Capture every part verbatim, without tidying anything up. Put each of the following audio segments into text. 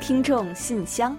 听众信箱，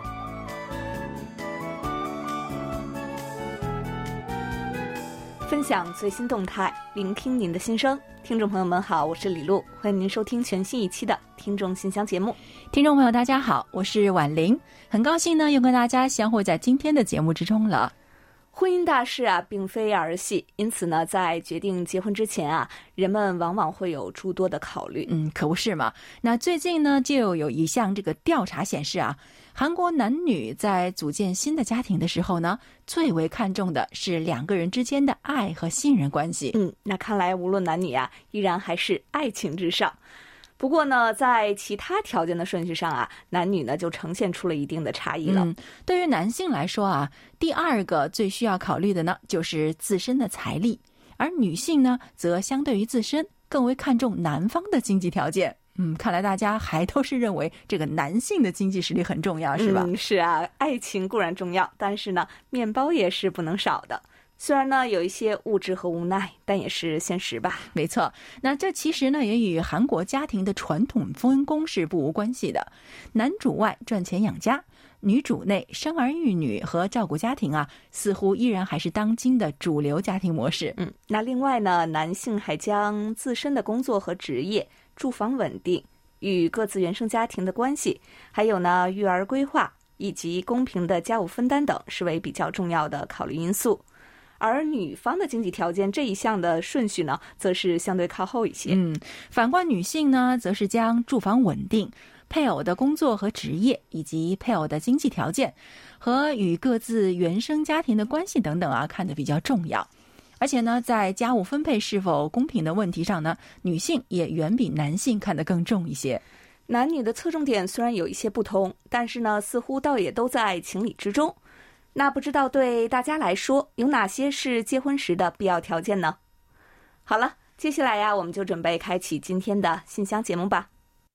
分享最新动态，聆听您的心声。听众朋友们好，我是李璐，欢迎您收听全新一期的听众信箱节目。 听众朋友大家好，我是婉玲，很高兴呢又跟大家相会在今天的节目之中了。 婚姻大事啊，并非儿戏，因此呢，在决定结婚之前啊，人们往往会有诸多的考虑。 嗯，可不是嘛。那最近呢，就有一项这个调查显示啊，韩国男女在组建新的家庭的时候呢，最为看重的是两个人之间的爱和信任关系。 嗯，那看来无论男女啊，依然还是爱情至上。不过呢，在其他条件的顺序上啊，男女呢就呈现出了一定的差异了。 嗯，对于男性来说啊，第二个最需要考虑的呢，就是自身的财力，而女性呢，则相对于自身更为看重男方的经济条件。嗯，看来大家还都是认为这个男性的经济实力很重要，是吧？ 嗯，是啊，爱情固然重要，但是呢，面包也是不能少的。虽然呢有一些物质和无奈，但也是现实吧。 没错，那这其实呢也与韩国家庭的传统分工是不无关系的。男主外赚钱养家，女主内生儿育女和照顾家庭啊，似乎依然还是当今的主流家庭模式。 嗯，那另外呢，男性还将自身的工作和职业、住房稳定、与各自原生家庭的关系，还有呢育儿规划以及公平的家务分担等，视为比较重要的考虑因素。而女方的经济条件这一项的顺序呢，则是相对靠后一些。 嗯，反观女性呢，则是将住房稳定、配偶的工作和职业，以及配偶的经济条件和与各自原生家庭的关系等等啊，看得比较重要。而且呢，在家务分配是否公平的问题上呢，女性也远比男性看得更重一些。 男女的侧重点虽然有一些不同，但是呢，似乎倒也都在情理之中。那不知道对大家来说，有哪些是结婚时的必要条件呢？好了，接下来呀，我们就准备开启今天的信箱节目吧。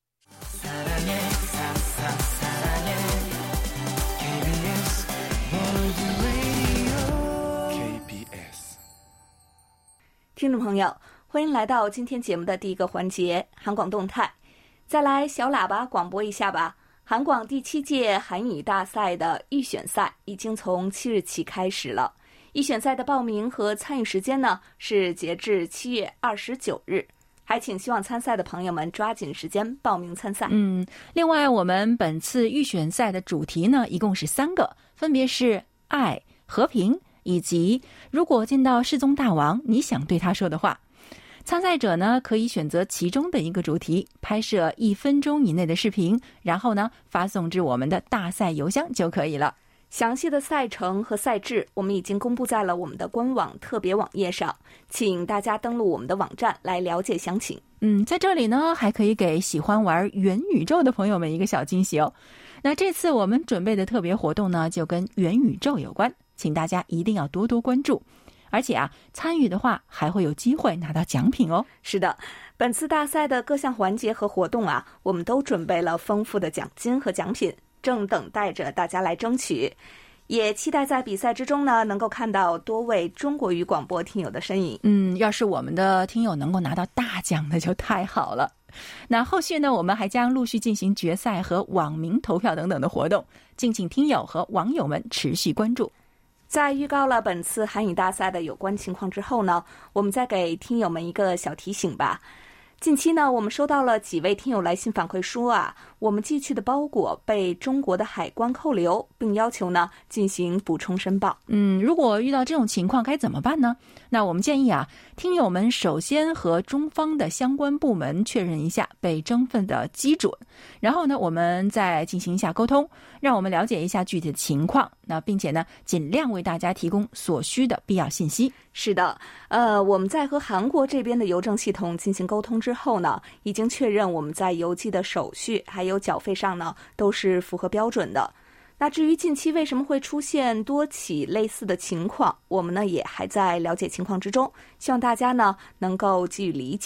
听众朋友，欢迎来到今天节目的第一个环节——韩广动态。再来小喇叭广播一下吧。韩广第七届韩语大赛的预选赛已经从七日起开始了。预选赛的报名和参与时间呢，是截至七月二十九日。还请希望参赛的朋友们抓紧时间报名参赛。 嗯，另外我们本次预选赛的主题呢，一共是三个，分别是爱、和平以及如果见到世宗大王，你想对他说的话。参赛者呢，可以选择其中的一个主题，拍摄一分钟以内的视频，然后呢发送至我们的大赛邮箱就可以了。 详细的赛程和赛制我们已经公布在了我们的官网特别网页上，请大家登录我们的网站来了解详情。 嗯，在这里呢，还可以给喜欢玩元宇宙的朋友们一个小惊喜哦。那这次我们准备的特别活动呢，就跟元宇宙有关，请大家一定要多多关注。而且啊，参与的话还会有机会拿到奖品哦。 是的，本次大赛的各项环节和活动啊，我们都准备了丰富的奖金和奖品，正等待着大家来争取。也期待在比赛之中呢，能够看到多位中国语广播听友的身影。 嗯，要是我们的听友能够拿到大奖，那就太好了。那后续呢，我们还将陆续进行决赛和网民投票等等的活动，敬请听友和网友们持续关注。 在预告了本次韩语大赛的有关情况之后呢，我们再给听友们一个小提醒吧。近期呢，我们收到了几位听友来信反馈说啊，我们寄去的包裹被中国的海关扣留，并要求呢进行补充申报。 嗯，如果遇到这种情况该怎么办呢？那我们建议啊，听友们首先和中方的相关部门确认一下被征份的基准，然后呢，我们再进行一下沟通，让我们了解一下具体的情况，那并且呢，尽量为大家提供所需的必要信息。 是的，呃，我们在和韩国这边的邮政系统进行沟通之后呢，已经确认我们在邮寄的手续还有缴费上呢都是符合标准的。那至于近期为什么会出现多起类似的情况，我们呢也还在了解情况之中，希望大家呢能够给予理解。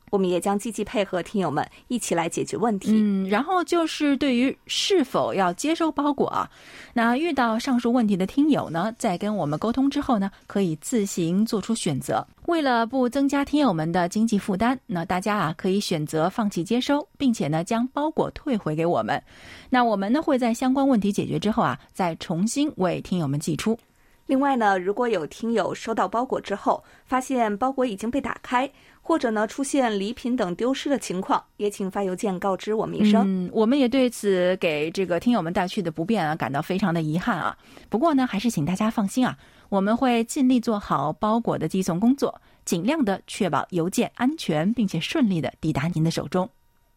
我们也将积极配合听友们一起来解决问题。 嗯，然后就是对于是否要接收包裹啊，那遇到上述问题的听友呢，在跟我们沟通之后呢，可以自行做出选择。为了不增加听友们的经济负担，那大家啊可以选择放弃接收，并且呢将包裹退回给我们。那我们呢会在相关问题解决之后啊，再重新为听友们寄出。 另外呢，如果有听友收到包裹之后，发现包裹已经被打开，或者呢出现礼品等丢失的情况，也请发邮件告知我们一声。 嗯，我们也对此给这个听友们带去的不便啊感到非常的遗憾啊。不过呢，还是请大家放心啊，我们会尽力做好包裹的寄送工作，尽量的确保邮件安全并且顺利的抵达您的手中。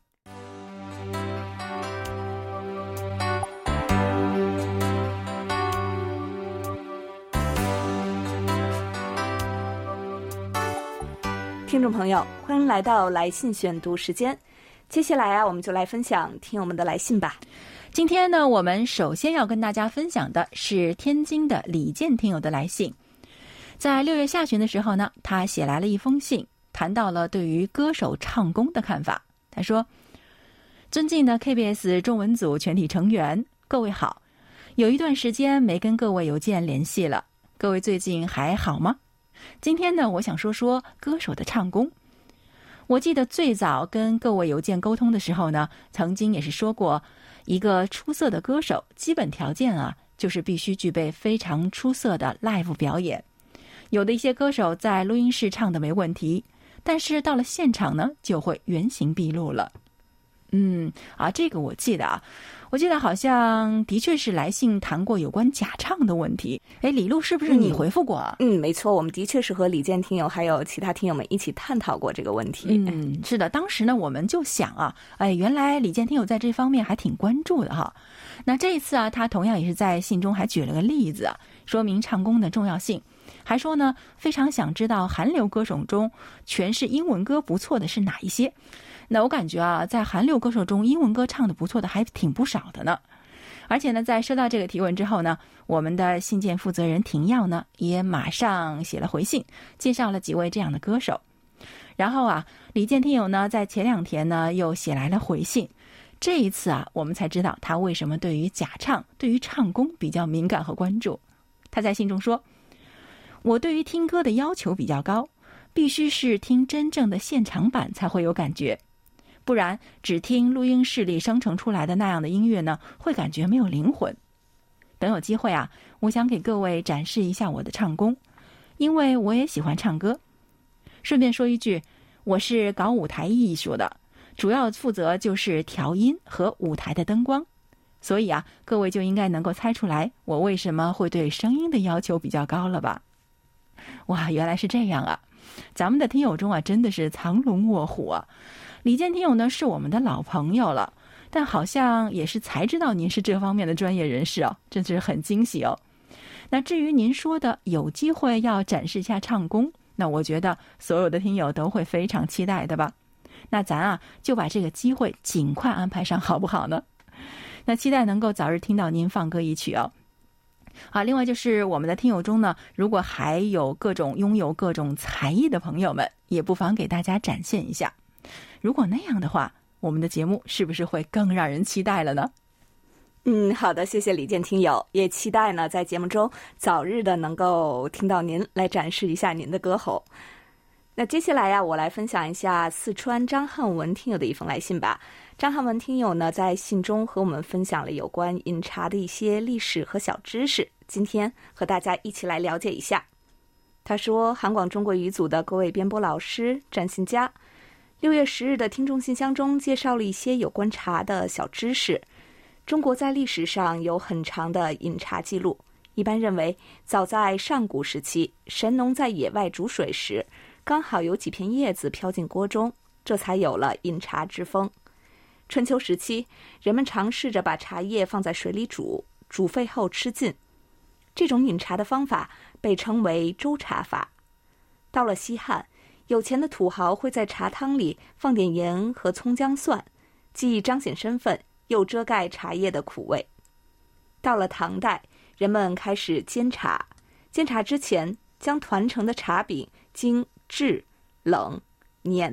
听众朋友，欢迎来到来信选读时间。接下来啊，我们就来分享听友们的来信吧。 今天呢，我们首先要跟大家分享的是天津的李健听友的来信。在六月下旬的时候呢，他写来了一封信，谈到了对于歌手唱功的看法。他说：尊敬的 K B S 中文组全体成员，各位好，有一段时间没跟各位邮件联系了，各位最近还好吗？今天呢，我想说说歌手的唱功。我记得最早跟各位邮件沟通的时候呢，曾经也是说过，一个出色的歌手基本条件啊，就是必须具备非常出色的 live 表演。有的一些歌手在录音室唱的没问题，但是到了现场呢，就会原形毕露了。嗯啊，这个我记得啊，我记得好像的确是来信谈过有关假唱的问题。哎，李璐，是不是你回复过啊？ 嗯，没错，我们的确是和李健听友还有其他听友们一起探讨过这个问题。 嗯，是的，当时呢，我们就想啊，哎，原来李健听友在这方面还挺关注的哈。那这一次啊，他同样也是在信中还举了个例子啊，说明唱功的重要性，还说呢，非常想知道韩流歌手中诠释英文歌不错的是哪一些。那我感觉啊，在韩流歌手中，英文歌唱的不错的还挺不少的呢。而且呢，在收到这个提问之后呢，我们的信件负责人廷耀呢，也马上写了回信，介绍了几位这样的歌手。然后啊，李健听友呢，在前两天呢，又写来了回信。这一次啊，我们才知道他为什么对于假唱、对于唱功比较敏感和关注。他在信中说：我对于听歌的要求比较高，必须是听真正的现场版才会有感觉。不然只听录音室里生成出来的那样的音乐呢，会感觉没有灵魂。等有机会啊，我想给各位展示一下我的唱功，因为我也喜欢唱歌。顺便说一句，我是搞舞台艺术的，主要负责就是调音和舞台的灯光，所以啊，各位就应该能够猜出来我为什么会对声音的要求比较高了吧。哇，原来是这样啊，咱们的听友中啊，真的是藏龙卧虎啊。李健听友呢是我们的老朋友了，但好像也是才知道您是这方面的专业人士哦，真是很惊喜哦。那至于您说的有机会要展示一下唱功，那我觉得所有的听友都会非常期待的吧。那咱啊就把这个机会尽快安排上好不好呢？那期待能够早日听到您放歌一曲哦。好，另外就是我们的听友中呢，如果还有各种拥有各种才艺的朋友们，也不妨给大家展现一下。如果那样的话，我们的节目是不是会更让人期待了呢？ 嗯，好的，谢谢李健听友，也期待呢在节目中早日的能够听到您来展示一下您的歌喉。那接下来呀、啊，我来分享一下四川张汉文听友的一封来信吧。张汉文听友呢在信中和我们分享了有关饮茶的一些历史和小知识，今天和大家一起来了解一下。他说，韩广中国语组的各位编播老师、占信家，六月十日的听众信箱中介绍了一些有关茶的小知识。中国在历史上有很长的饮茶记录，一般认为早在上古时期，神农在野外煮水时，刚好有几片叶子飘进锅中，这才有了饮茶之风。春秋时期，人们尝试着把茶叶放在水里煮，煮沸后吃尽。这种饮茶的方法被称为粥茶法。到了西汉，有钱的土豪会在茶汤里放点盐和葱姜蒜，既彰显身份，又遮盖茶叶的苦味。到了唐代，人们开始煎茶。煎茶之前，将团成的茶饼经制、冷、碾、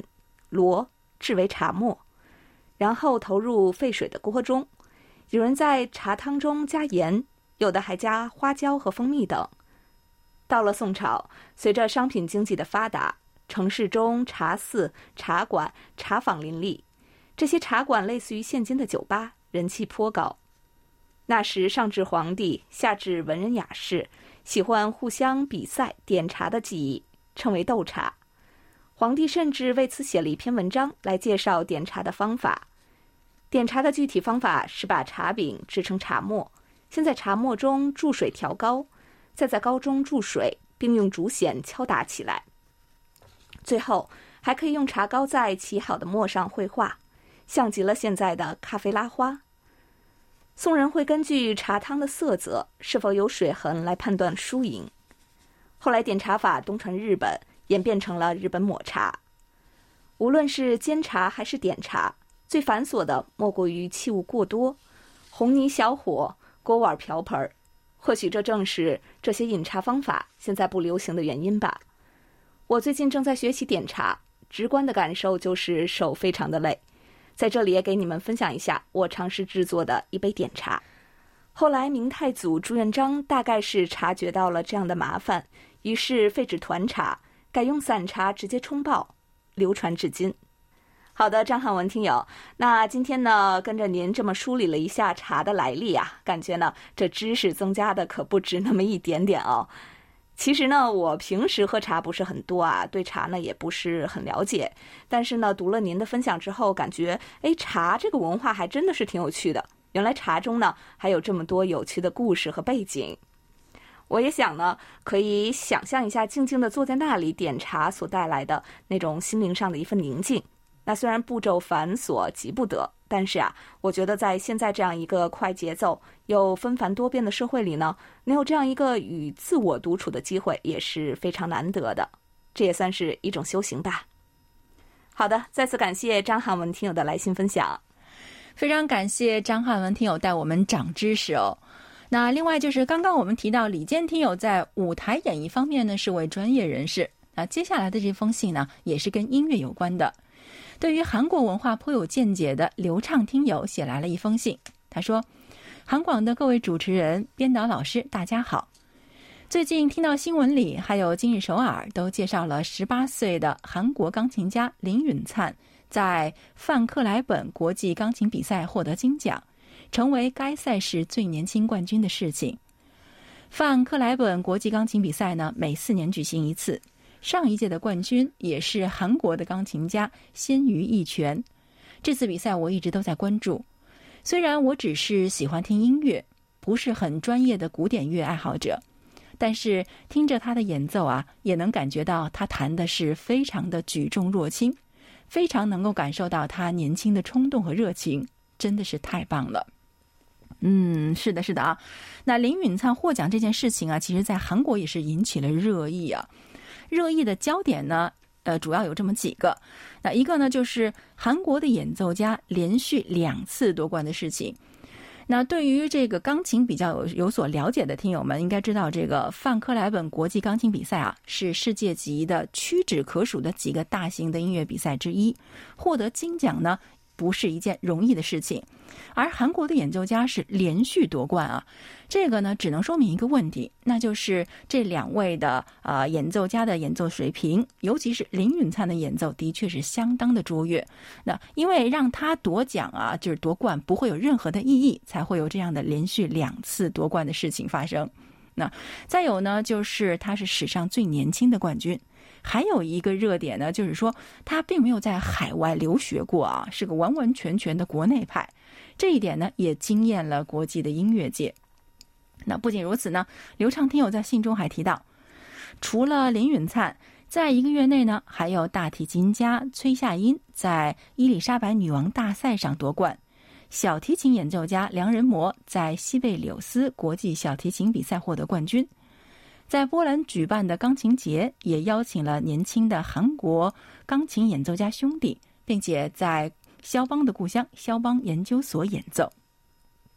罗制为茶末，然后投入沸水的锅中。有人在茶汤中加盐，有的还加花椒和蜂蜜等。到了宋朝，随着商品经济的发达，城市中茶肆、茶馆、茶坊林立，这些茶馆类似于现今的酒吧，人气颇高。那时上至皇帝，下至文人雅士，喜欢互相比赛点茶的技艺，称为斗茶。皇帝甚至为此写了一篇文章来介绍点茶的方法。点茶的具体方法是把茶饼制成茶末，先在茶末中注水调高，再在高中注水，并用竹筅敲打起来。最后还可以用茶膏在起好的末上绘画，像极了现在的咖啡拉花。宋人会根据茶汤的色泽是否有水痕来判断输赢。后来点茶法东传日本，演变成了日本抹茶。无论是煎茶还是点茶，最繁琐的莫过于器物过多，红泥小火、锅碗瓢盆，或许这正是这些饮茶方法现在不流行的原因吧。我最近正在学习点茶，直观的感受就是手非常的累。在这里也给你们分享一下我尝试制作的一杯点茶。后来明太祖朱元璋大概是察觉到了这样的麻烦，于是废止团茶，改用散茶直接冲泡，流传至今。好的，张汉文听友，那今天呢，跟着您这么梳理了一下茶的来历啊，感觉呢，这知识增加的可不止那么一点点哦。其实呢，我平时喝茶不是很多啊，对茶呢也不是很了解。但是呢，读了您的分享之后，感觉哎，茶这个文化还真的是挺有趣的。原来茶中呢还有这么多有趣的故事和背景。我也想呢，可以想象一下静静地坐在那里点茶所带来的那种心灵上的一份宁静。那虽然步骤繁琐急不得，但是啊，我觉得在现在这样一个快节奏又纷繁多变的社会里呢，能有这样一个与自我独处的机会也是非常难得的，这也算是一种修行吧。好的，再次感谢张汉文听友的来信分享。 非常感谢张汉文听友带我们长知识哦。那另外就是刚刚我们提到李健听友在舞台演绎方面呢是位专业人士，那接下来的这封信呢也是跟音乐有关的。对于韩国文化颇有见解的刘畅听友写来了一封信，他说：韩广的各位主持人、编导老师大家好，最近听到新闻里还有今日首尔都介绍了十八岁的韩国钢琴家林允灿在范克莱本国际钢琴比赛获得金奖，成为该赛事最年轻冠军的事情。范克莱本国际钢琴比赛呢，每四年举行一次，上一届的冠军也是韩国的钢琴家鲜于义全。这次比赛我一直都在关注，虽然我只是喜欢听音乐，不是很专业的古典乐爱好者，但是听着他的演奏啊，也能感觉到他弹的是非常的举重若轻，非常能够感受到他年轻的冲动和热情，真的是太棒了。嗯，是的，是的啊。那林允灿获奖这件事情啊，其实在韩国也是引起了热议啊。热议的焦点呢，呃，主要有这么几个。那一个呢，就是韩国的演奏家连续两次夺冠的事情。那对于这个钢琴比较有有所了解的听友们，应该知道这个范克莱本国际钢琴比赛啊，是世界级的屈指可数的几个大型的音乐比赛之一。获得金奖呢，不是一件容易的事情。而韩国的演奏家是连续夺冠啊，这个呢只能说明一个问题，那就是这两位的呃演奏家的演奏水平，尤其是林允灿的演奏的确是相当的卓越。那因为让他夺奖啊，就是夺冠不会有任何的意义，才会有这样的连续两次夺冠的事情发生。那再有呢，就是他是史上最年轻的冠军。还有一个热点呢，就是说他并没有在海外留学过啊，是个完完全全的国内派。这一点呢，也惊艳了国际的音乐界。那不仅如此呢，刘畅听友在信中还提到，除了林允灿，在一个月内呢，还有大提琴家崔夏音在伊丽莎白女王大赛上夺冠，小提琴演奏家梁仁模在西贝柳斯国际小提琴比赛获得冠军。在波兰举办的钢琴节也邀请了年轻的韩国钢琴演奏家兄弟，并且在肖邦的故乡肖邦研究所演奏。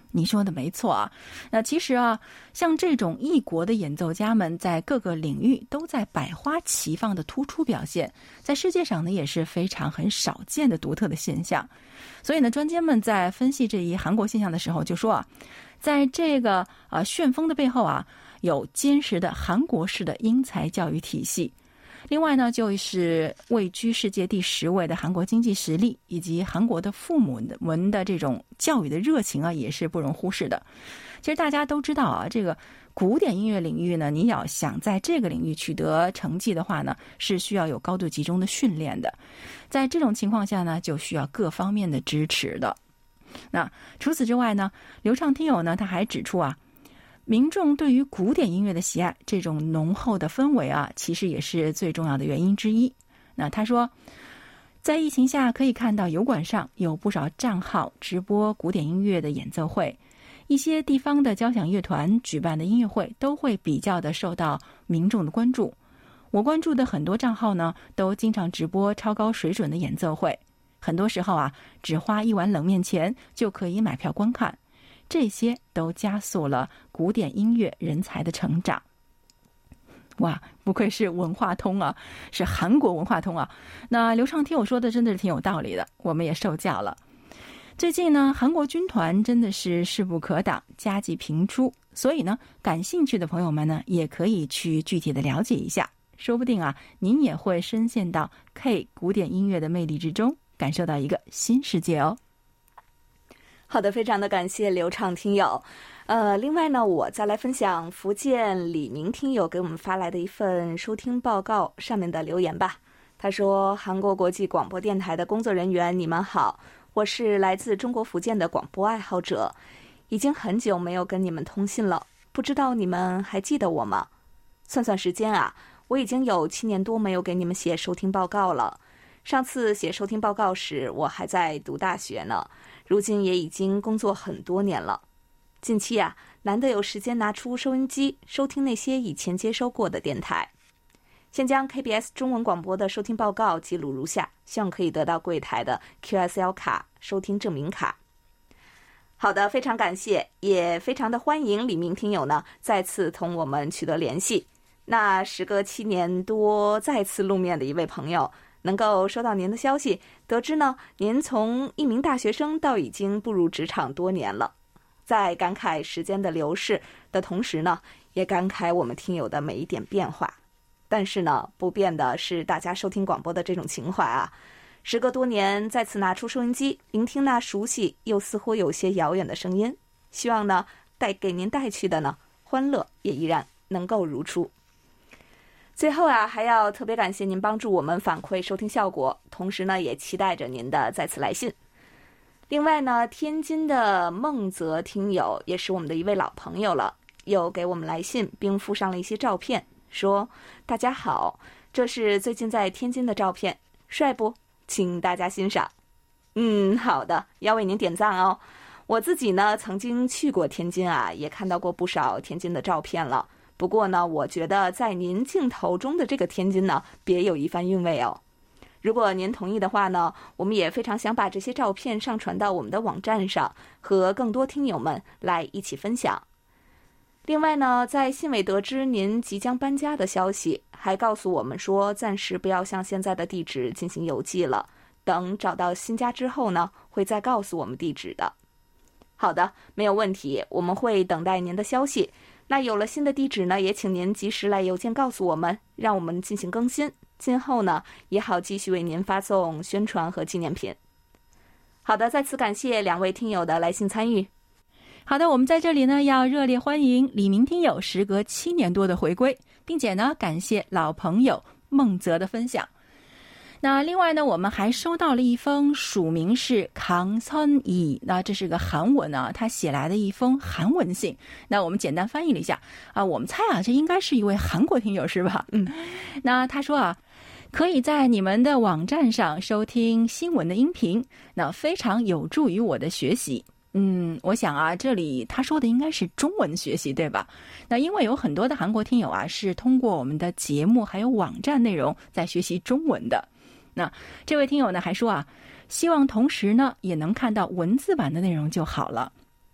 你说的没错啊。那其实啊，像这种异国的演奏家们在各个领域都在百花齐放的突出表现，在世界上呢也是非常很少见的独特的现象。所以呢，专家们在分析这一韩国现象的时候就说啊，在这个呃旋风的背后啊，有坚实的韩国式的英才教育体系。另外呢，就是位居世界第十位的韩国经济实力，以及韩国的父母们的这种教育的热情啊，也是不容忽视的。其实大家都知道啊，这个古典音乐领域呢，你要想在这个领域取得成绩的话呢，是需要有高度集中的训练的。在这种情况下呢，就需要各方面的支持的。那除此之外呢，刘畅听友呢，他还指出啊，民众对于古典音乐的喜爱，这种浓厚的氛围啊，其实也是最重要的原因之一。那他说，在疫情下可以看到油管上有不少账号直播古典音乐的演奏会，一些地方的交响乐团举办的音乐会都会比较的受到民众的关注。我关注的很多账号呢，都经常直播超高水准的演奏会，很多时候啊，只花一碗冷面钱就可以买票观看。这些都加速了古典音乐人才的成长。哇，不愧是文化通啊，是韩国文化通啊。那刘畅听我说的真的是挺有道理的，我们也受教了。最近呢，韩国军团真的是势不可挡，佳绩频出，所以呢，感兴趣的朋友们呢，也可以去具体的了解一下，说不定啊，您也会深陷到 K 古典音乐的魅力之中，感受到一个新世界哦。 好的，非常的感谢刘畅听友。呃，另外呢，我再来分享福建李明听友给我们发来的一份收听报告上面的留言吧。他说，韩国国际广播电台的工作人员，你们好，我是来自中国福建的广播爱好者，已经很久没有跟你们通信了，不知道你们还记得我吗？算算时间啊，我已经有七年多没有给你们写收听报告了。上次写收听报告时，我还在读大学呢，如今也已经工作很多年了。近期啊，难得有时间拿出收音机收听那些以前接收过的电台。先将 K B S 中文广播的收听报告记录如下，希望可以得到柜台的 Q S L 卡收听证明卡。好的，非常感谢，也非常的欢迎李明听友呢再次同我们取得联系。那时隔七年多再次露面的一位朋友，能够收到您的消息，得知呢您从一名大学生到已经步入职场多年了。在感慨时间的流逝的同时呢，也感慨我们听友的每一点变化。但是呢，不变的是大家收听广播的这种情怀啊。时隔多年，再次拿出收音机，聆听那熟悉又似乎有些遥远的声音，希望呢带给您带去的呢欢乐也依然能够如初。最后啊，还要特别感谢您帮助我们反馈收听效果，同时呢也期待着您的再次来信。另外呢，天津的孟泽听友也是我们的一位老朋友了，又给我们来信并附上了一些照片，说大家好，这是最近在天津的照片，帅不？请大家欣赏。嗯，好的，要为您点赞哦。我自己呢曾经去过天津啊，也看到过不少天津的照片了。不过呢，我觉得在您镜头中的这个天津呢，别有一番韵味哦。如果您同意的话呢，我们也非常想把这些照片上传到我们的网站上，和更多听友们来一起分享。另外呢，在信委得知您即将搬家的消息，还告诉我们说暂时不要向现在的地址进行邮寄了，等找到新家之后呢，会再告诉我们地址的。好的，没有问题，我们会等待您的消息。那有了新的地址呢，也请您及时来邮件告诉我们，让我们进行更新，今后呢也好继续为您发送宣传和纪念品。好的，再次感谢两位听友的来信参与。 好的，我们在这里呢要热烈欢迎李明听友时隔七年多的回归，并且呢感谢老朋友孟泽的分享。那另外呢，我们还收到了一封署名是강선 이，那这是个韩文啊，他写来的一封韩文信。那我们简单翻译了一下啊，我们猜啊，这应该是一位韩国听友是吧？嗯，那他说啊，可以在你们的网站上收听新闻的音频，那非常有助于我的学习。嗯，我想啊，这里他说的应该是中文学习，对吧？那因为有很多的韩国听友啊，是通过我们的节目还有网站内容在学习中文的。那这位听友呢还说啊，希望同时呢也能看到文字版的内容就好了。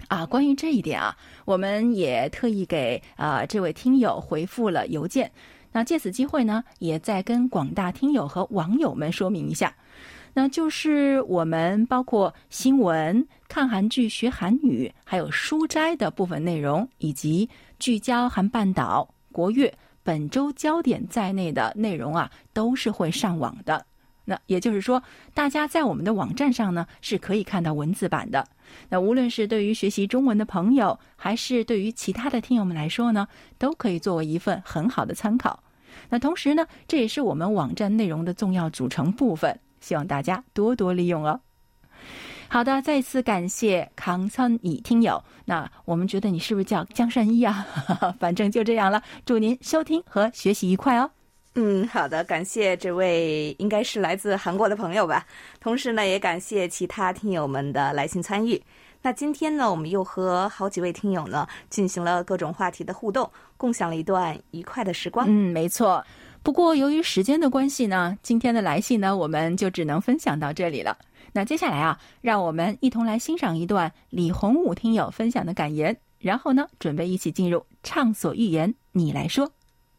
啊，关于这一点啊，我们也特意给啊、呃、这位听友回复了邮件。那借此机会呢，也再跟广大听友和网友们说明一下，那就是我们包括新闻、看韩剧学韩语，还有书斋的部分内容，以及聚焦韩半岛、国乐、本周焦点在内的内容啊，都是会上网的。那也就是说，大家在我们的网站上呢是可以看到文字版的。那无论是对于学习中文的朋友，还是对于其他的听友们来说呢，都可以作为一份很好的参考。那同时呢，这也是我们网站内容的重要组成部分，希望大家多多利用哦。好的，再次感谢康参乙听友。那我们觉得你是不是叫江善一啊？反正就这样了，祝您收听和学习愉快哦。 嗯，好的，感谢这位应该是来自韩国的朋友吧。同时呢，也感谢其他听友们的来信参与。那今天呢，我们又和好几位听友呢进行了各种话题的互动，共享了一段愉快的时光。 嗯，没错。不过由于时间的关系呢，今天的来信呢，我们就只能分享到这里了。那接下来啊，让我们一同来欣赏一段李洪武听友分享的感言，然后呢，准备一起进入畅所欲言，你来说。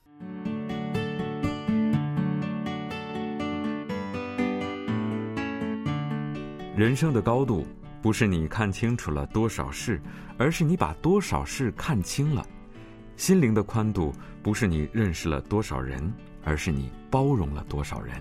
人生的高度不是你看清楚了多少事，而是你把多少事看清了。心灵的宽度不是你认识了多少人，而是你包容了多少人。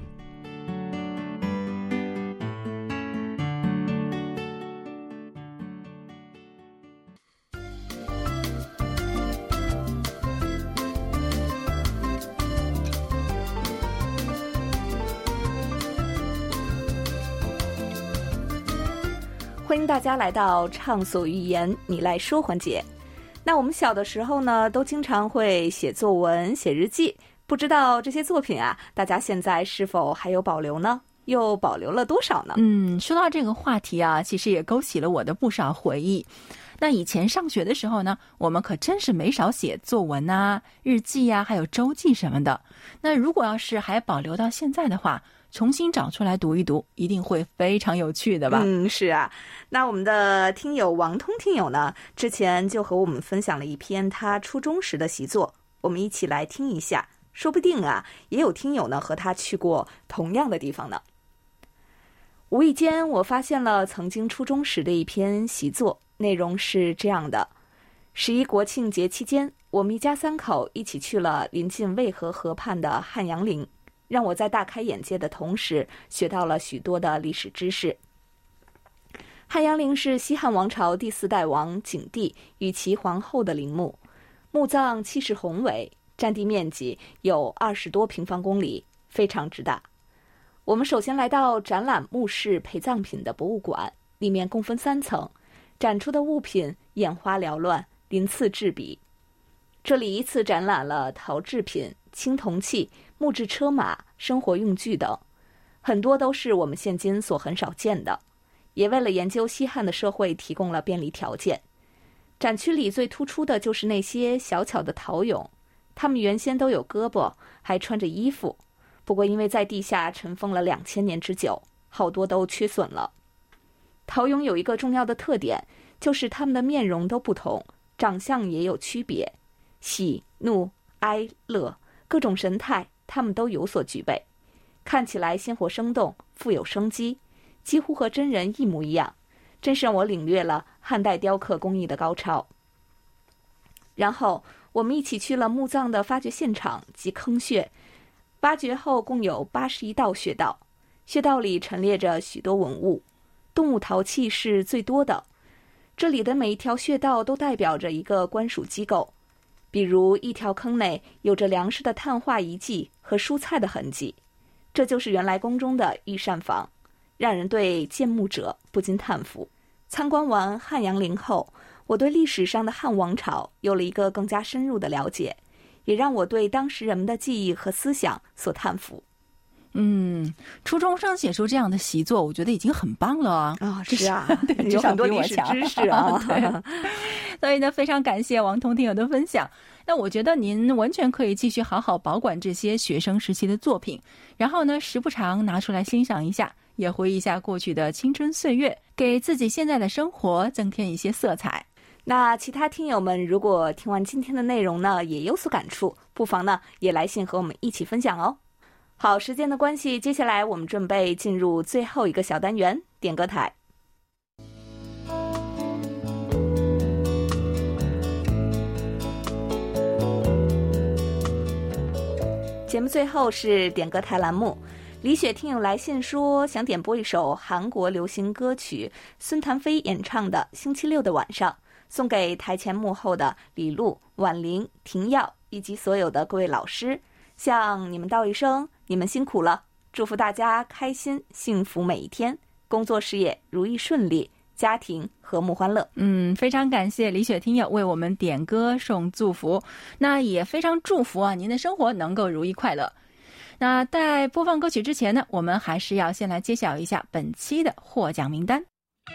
欢迎大家来到畅所欲言你来说环节。那我们小的时候呢，都经常会写作文、写日记，不知道这些作品啊，大家现在是否还有保留呢？又保留了多少呢？ 嗯，说到这个话题啊，其实也勾起了我的不少回忆。那以前上学的时候呢，我们可真是没少写作文啊、日记啊，还有周记什么的。那如果要是还保留到现在的话，重新找出来读一读，一定会非常有趣的吧？ 嗯，是啊。那我们的听友王通听友呢，之前就和我们分享了一篇他初中时的习作，我们一起来听一下，说不定啊，也有听友呢和他去过同样的地方呢。无意间我发现了曾经初中时的一篇习作，内容是这样的：十一国庆节期间，我们一家三口一起去了临近渭河河畔的汉阳陵，让我在大开眼界的同时学到了许多的历史知识。汉阳陵是西汉王朝第四代王景帝与其皇后的陵墓，墓葬气势宏伟，占地面积有二十多平方公里，非常之大。我们首先来到展览墓室陪葬品的博物馆，里面共分三层，展出的物品眼花缭乱，鳞次栉比。这里依次展览了陶制品、青铜器、木质车马、生活用具等，很多都是我们现今所很少见的，也为了研究西汉的社会提供了便利条件。展区里最突出的就是那些小巧的陶俑，它们原先都有胳膊，还穿着衣服，不过因为在地下尘封了两千年之久，好多都缺损了。陶俑有一个重要的特点，就是它们的面容都不同，长相也有区别，喜、怒、哀、乐各种神态它们都有所具备，看起来鲜活生动，富有生机，几乎和真人一模一样，真是让我领略了汉代雕刻工艺的高超。然后我们一起去了墓葬的发掘现场及坑穴，挖掘后共有八十一道穴道，穴道里陈列着许多文物，动物陶器是最多的。这里的每一条穴道都代表着一个官属机构，比如一条坑内有着粮食的碳化遗迹和蔬菜的痕迹，这就是原来宫中的御膳房，让人对见墓者不禁叹服。参观完汉阳陵后，我对历史上的汉王朝有了一个更加深入的了解，也让我对当时人们的记忆和思想所叹服。 嗯，初中生写出这样的习作，我觉得已经很棒了啊！ 啊、哦，是啊， 对， 有很多历史知识啊。 对，所以呢，非常感谢王彤听友的分享。那我觉得您完全可以继续好好保管这些学生时期的作品，然后呢，时不常拿出来欣赏一下，也回忆一下过去的青春岁月，给自己现在的生活增添一些色彩。 那其他听友们如果听完今天的内容呢，也有所感触，不妨呢也来信和我们一起分享哦。好，时间的关系，接下来我们准备进入最后一个小单元——点歌台。节目最后是点歌台栏目，李雪听友来信说想点播一首韩国流行歌曲孙谭飞演唱的《星期六的晚上》，送给台前幕后的李璐、婉玲、婷耀以及所有的各位老师，向你们道一声你们辛苦了，祝福大家开心幸福每一天，工作事业如意顺利，家庭和睦欢乐。 嗯，非常感谢李雪听友为我们点歌送祝福，那也非常祝福啊您的生活能够如意快乐。那在播放歌曲之前呢，我们还是要先来揭晓一下本期的获奖名单。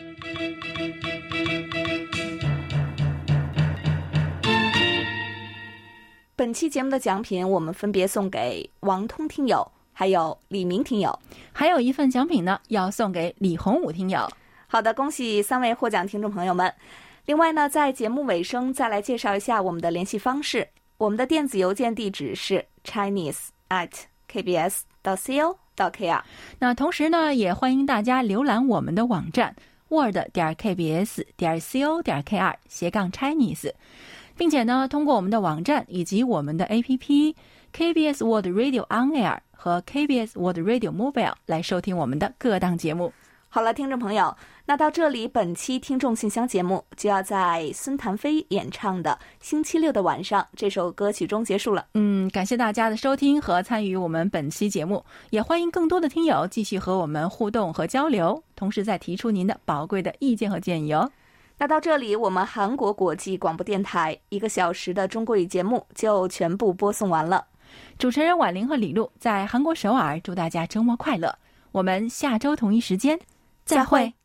本期节目的奖品我们分别送给王通听友，还有李明听友， 还有一份奖品呢要送给李洪武听友。 好的，恭喜三位获奖听众朋友们。另外呢，在节目尾声再来介绍一下我们的联系方式。我们的电子邮件地址是 chinese at k b s dot co dot k r。 那同时呢，也欢迎大家浏览我们的网站 word 点 k b s 点 co 点 k r 斜杠 Chinese， 并且呢，通过我们的网站以及我们的 A P P K B S World Radio On Air 和 K B S World Radio Mobile 来收听我们的各档节目。 好了，听众朋友，那到这里本期听众信箱节目就要在孙谭飞演唱的《星期六的晚上》这首歌曲中结束了。 嗯，感谢大家的收听和参与我们本期节目，也欢迎更多的听友继续和我们互动和交流，同时再提出您的宝贵的意见和建议哦。 那到这里，我们韩国国际广播电台一个小时的中国语节目就全部播送完了。 主持人婉玲和李璐在韩国首尔，祝大家周末快乐。我们下周同一时间再会。